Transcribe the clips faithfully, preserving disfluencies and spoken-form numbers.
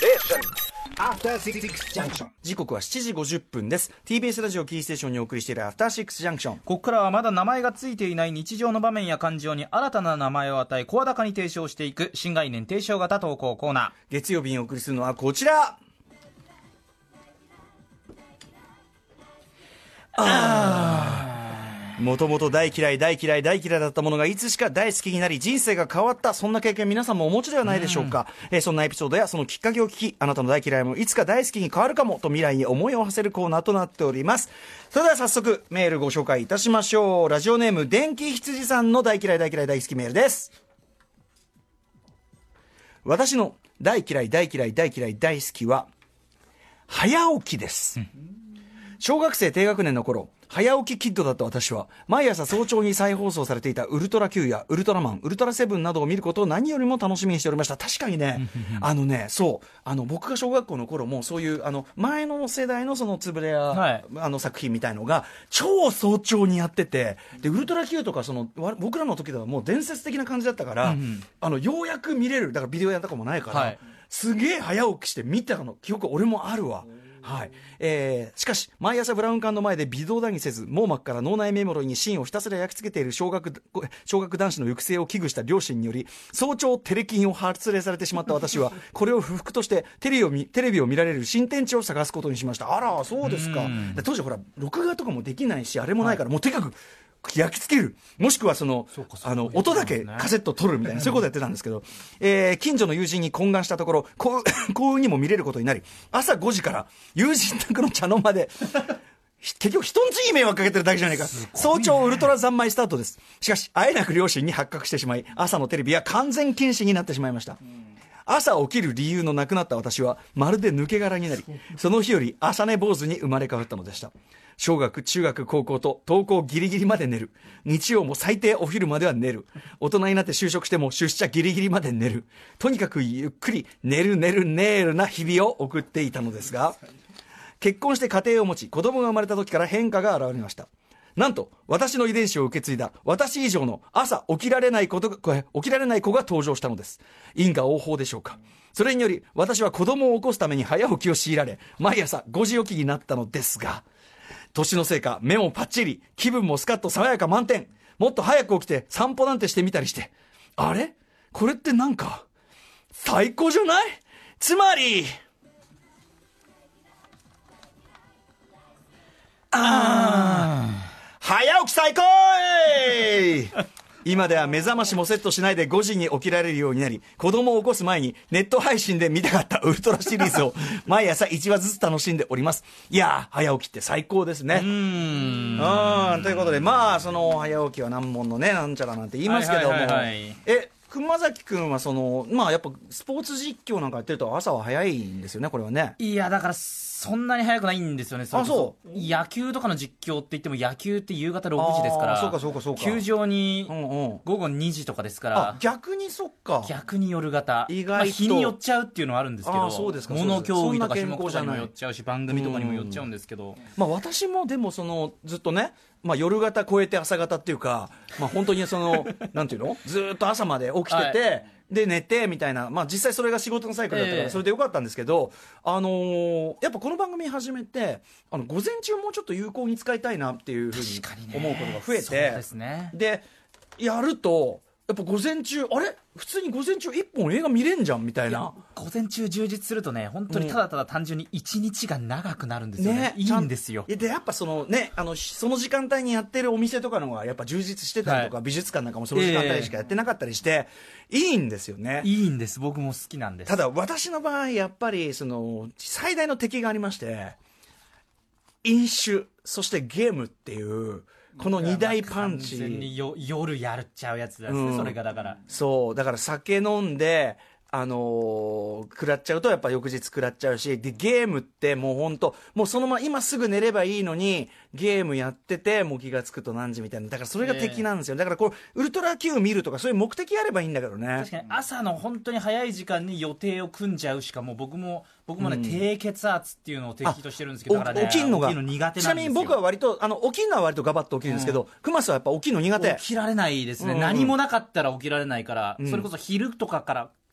アフターシックスジャンクション。時刻はしちじごじゅっぷんです。 ティービーエス ラジオキーステーションにお送りしているアフターシックスジャンクション。 ここからはまだ名前がついていない日常の場面や感情に新たな名前を与え声高に提唱していく新概念提唱型投稿コーナー。 月曜日にお送りするのはこちら。あもともと大嫌い大嫌い大嫌いだったものがいつしか大好きになり人生が変わった、そんな経験皆さんもお持ちではないでしょうか。うん、えー、そんなエピソードやそのきっかけを聞き、あなたの大嫌いもいつか大好きに変わるかもと未来に思いを馳せるコーナーとなっております。それでは早速メールご紹介いたしましょう。ラジオネーム電気羊さんの大嫌い大嫌い大好きメールです。私の大嫌い大嫌い大嫌い大好きは早起きです。うん、小学生低学年の頃、早起きキッドだった私は毎朝早朝に再放送されていたウルトラ Q やウルトラマン、ウルトラセブンなどを見ることを何よりも楽しみにしておりました。確かにねあのねそうあの僕が小学校の頃もそういうあの前の世代のそのつぶれや、はい、あの作品みたいのが超早朝にやってて、でウルトラ Q とかその僕らの時ではもう伝説的な感じだったから、うんうん、あのようやく見れる、だからビデオ屋とかもないから、はい、すげえ早起きして見たの記憶俺もあるわ。はい、えー、しかし毎朝ブラウン管の前で微動だにせず網膜から脳内メモリに芯をひたすら焼き付けている小学小学男子の行く末を危惧した両親により早朝テレキンを発令されてしまった私はこれを不服としてテレビを見、テレビを見られる新天地を探すことにしました。あらそうですか。で当時ほら録画とかもできないしあれもないから、はい、もうとにかく焼き付ける、もしくはそのあの音だけカセット取るみたいなそういうことやってたんですけど、えー、近所の友人に懇願したところ幸運にも見れることになり、朝ごじから友人宅の茶の間で結局人んちに迷惑かけてるだけじゃないか、ね、早朝ウルトラ三昧スタートです。しかしあえなく両親に発覚してしまい朝のテレビは完全禁止になってしまいました。朝起きる理由のなくなった私はまるで抜け殻になり、その日より朝寝坊主に生まれ変わったのでした。小学中学高校と登校ギリギリまで寝る、日曜も最低お昼までは寝る、大人になって就職しても出社ギリギリまで寝る、とにかくゆっくり寝る寝る寝るな日々を送っていたのですが、結婚して家庭を持ち子供が生まれた時から変化が現れました。なんと私の遺伝子を受け継いだ私以上の朝起きられないことが起きられない子が登場したのです。因果応報でしょうか。それにより私は子供を起こすために早起きを強いられ毎朝ごじ起きになったのですが、年のせいか目もパッチリ、気分もスカッと爽やか満点、もっと早く起きて散歩なんてしてみたりして、あれこれってなんか最高じゃない？つまりあー早起き最高い今では目覚ましもセットしないでごじに起きられるようになり、子供を起こす前にネット配信で見たかったウルトラシリーズを毎朝いちわずつ楽しんでおります。いやー早起きって最高ですね。うーんということで、まあその早起きは難問のねなんちゃらなんて言いますけども、はいはいはいはい、え熊崎くんはそのまあやっぱスポーツ実況なんかやってると朝は早いんですよね、これはね。 いやだからそんなに早くないんですよね。それこそあそう野球とかの実況って言っても野球って夕方ろくじですから、 そうかそうかそうか、 球場に午後にじとかですから、うんうん、 逆にそっか逆に夜型、 意外と、 まあ、日に寄っちゃうっていうのはあるんですけど、 そうですか、 モノ競技とか種目とかにも寄っちゃうし番組とかにも寄っちゃうんですけど、 まあ、私もでもそのずっとね、まあ、夜型超えて朝型っていうか、まあ、本当にそのなんていうのずっと朝まで起きてて、はい、で寝てみたいな、まあ、実際それが仕事のサイクルだったからそれでよかったんですけど、えーあのー、やっぱこの番組始めてあの午前中もうちょっと有効に使いたいなっていうふうに思うことが増えて、そうですね、 でやるとやっぱ午前中あれ普通に午前中いっぽん映画見れんじゃんみたいな。 午前中充実するとね本当にただただ単純に一日が長くなるんですよね、ね、いいんですよ。 でやっぱそのねあのその時間帯にやってるお店とかのがやっぱ充実してたりとか、はい、美術館なんかもその時間帯しかやってなかったりして、えー、いいんですよね。 いいんです、僕も好きなんです。 ただ私の場合やっぱりその最大の敵がありまして、飲酒そしてゲームっていうこの二大パンチ。 完全によ夜やっちゃうやつですね、うん、それがだからそうだから酒飲んであのー、食らっちゃうとやっぱ翌日食らっちゃうし、でゲームってもう本当もうそのまま今すぐ寝ればいいのにゲームやっててもう気がつくと何時みたいな、だからそれが敵なんですよ、えー、だからこうウルトラ Q 見るとかそういう目的あればいいんだけどね。 確かに朝の本当に早い時間に予定を組んじゃうしかもう僕も僕もね、うん、低血圧っていうのを敵としてるんですけど、だからね起きんのが起きるの苦手なんですよ。 ちなみに僕は割とあの起きるのは割とガバッと起きるんですけど、うん、クマスはやっぱ起きるの苦手。 起きられないですね、うんうん、何もなかったら起きられないから、うん、それこそ昼とかから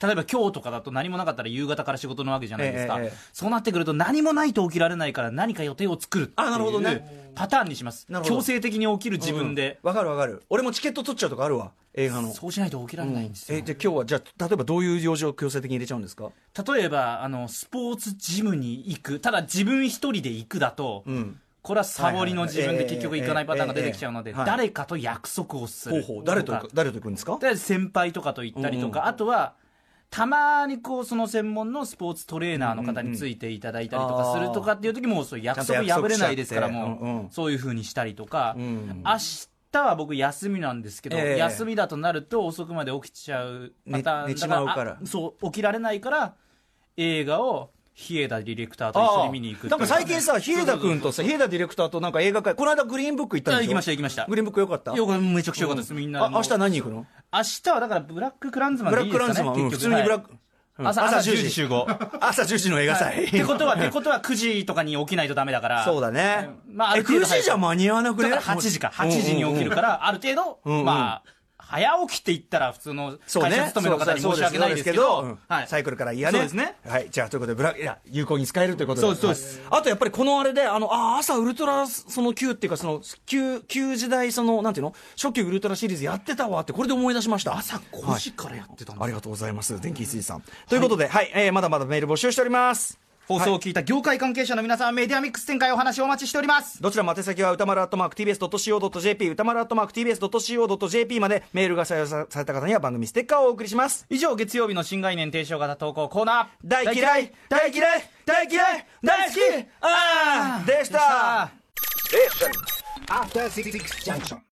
例えば今日とかだと何もなかったら夕方から仕事なわけじゃないですか、 ええええ、 そうなってくると何もないと起きられないから何か予定を作るってあなるほどいうねパターンにします。強制的に起きる自分で、 わ、うん、かるわかる。俺もチケット取っちゃうとかあるわ、映画の。 そうしないと起きられないんですよ、 うん、えじゃあ今日はじゃあ例えばどういう用事を強制的に入れちゃうんですか？ 例えばあのスポーツジムに行く、ただ自分一人で行くだと、うん、これはサボりの自分で結局行かないパターンが出てきちゃうので、誰かと約束をする。 ほうほう、誰と誰と行くんですか？ 先輩とかと行ったりとか、うんうん、あとはたまにこうその専門のスポーツトレーナーの方についていただいたりとかするとかっていう時も、そう約束破れないですから、もうそういう風にしたりとか、うん、明日は僕休みなんですけど、えー、休みだとなると遅くまで起きちゃうパターン、 寝ちまうから、 そう起きられないから映画を日枝ディレクターと一緒に見に行く。 なんか最近さ、日枝君とさ、日枝ディレクターとなんか映画会、この間グリーンブック行ったんでしょ？ 行きました行きました。 グリーンブック良かった？ よかめちゃくちゃ良かったです、うん、みんな。 あ、明日何行くの？ 明日はだからブラッククランズマンでいいですかね。 ブラッククランズマン、うん、普通にブラック、はいうん、朝, 朝じゅうじ集合朝じゅうじの映画祭、 はい、ってことはってことはくじとかに起きないとダメだから。 そうだね、 まあ、ある程度くじじゃ間に合わなくね？ だからはちじかはちじに起きるから、ある程度、うんうん、まあ早起きって言ったら普通の会社勤めの方に申し訳ないですけど、 ねはい、サイクルから嫌ね。 そうですね。 はい、じゃあということでブラいや有効に使えるということで。 そうですそうです、 はい、あとやっぱりこのあれであのあ朝ウルトラその旧っていうかその旧旧時代そのなんていうの初期ウルトラシリーズやってたわってこれで思い出しました。 朝ごじからやってたんです、はい、 ありがとうございます電気羊さんということで、はい、はい、えー、まだまだメール募集しております。 放送を聞いた業界関係者の皆さんはメディアミックス展開お話をお待ちしております。 どちらも宛先は歌丸アットマーク ティービーエスドットシーオードットジェーピー 歌丸アットマーク ティービーエスドットシーオードットジェーピー までメールが採用された方には番組ステッカーをお送りします。 以上月曜日の新概念提唱型投稿コーナー大嫌い大嫌い大嫌い大好きあーでした。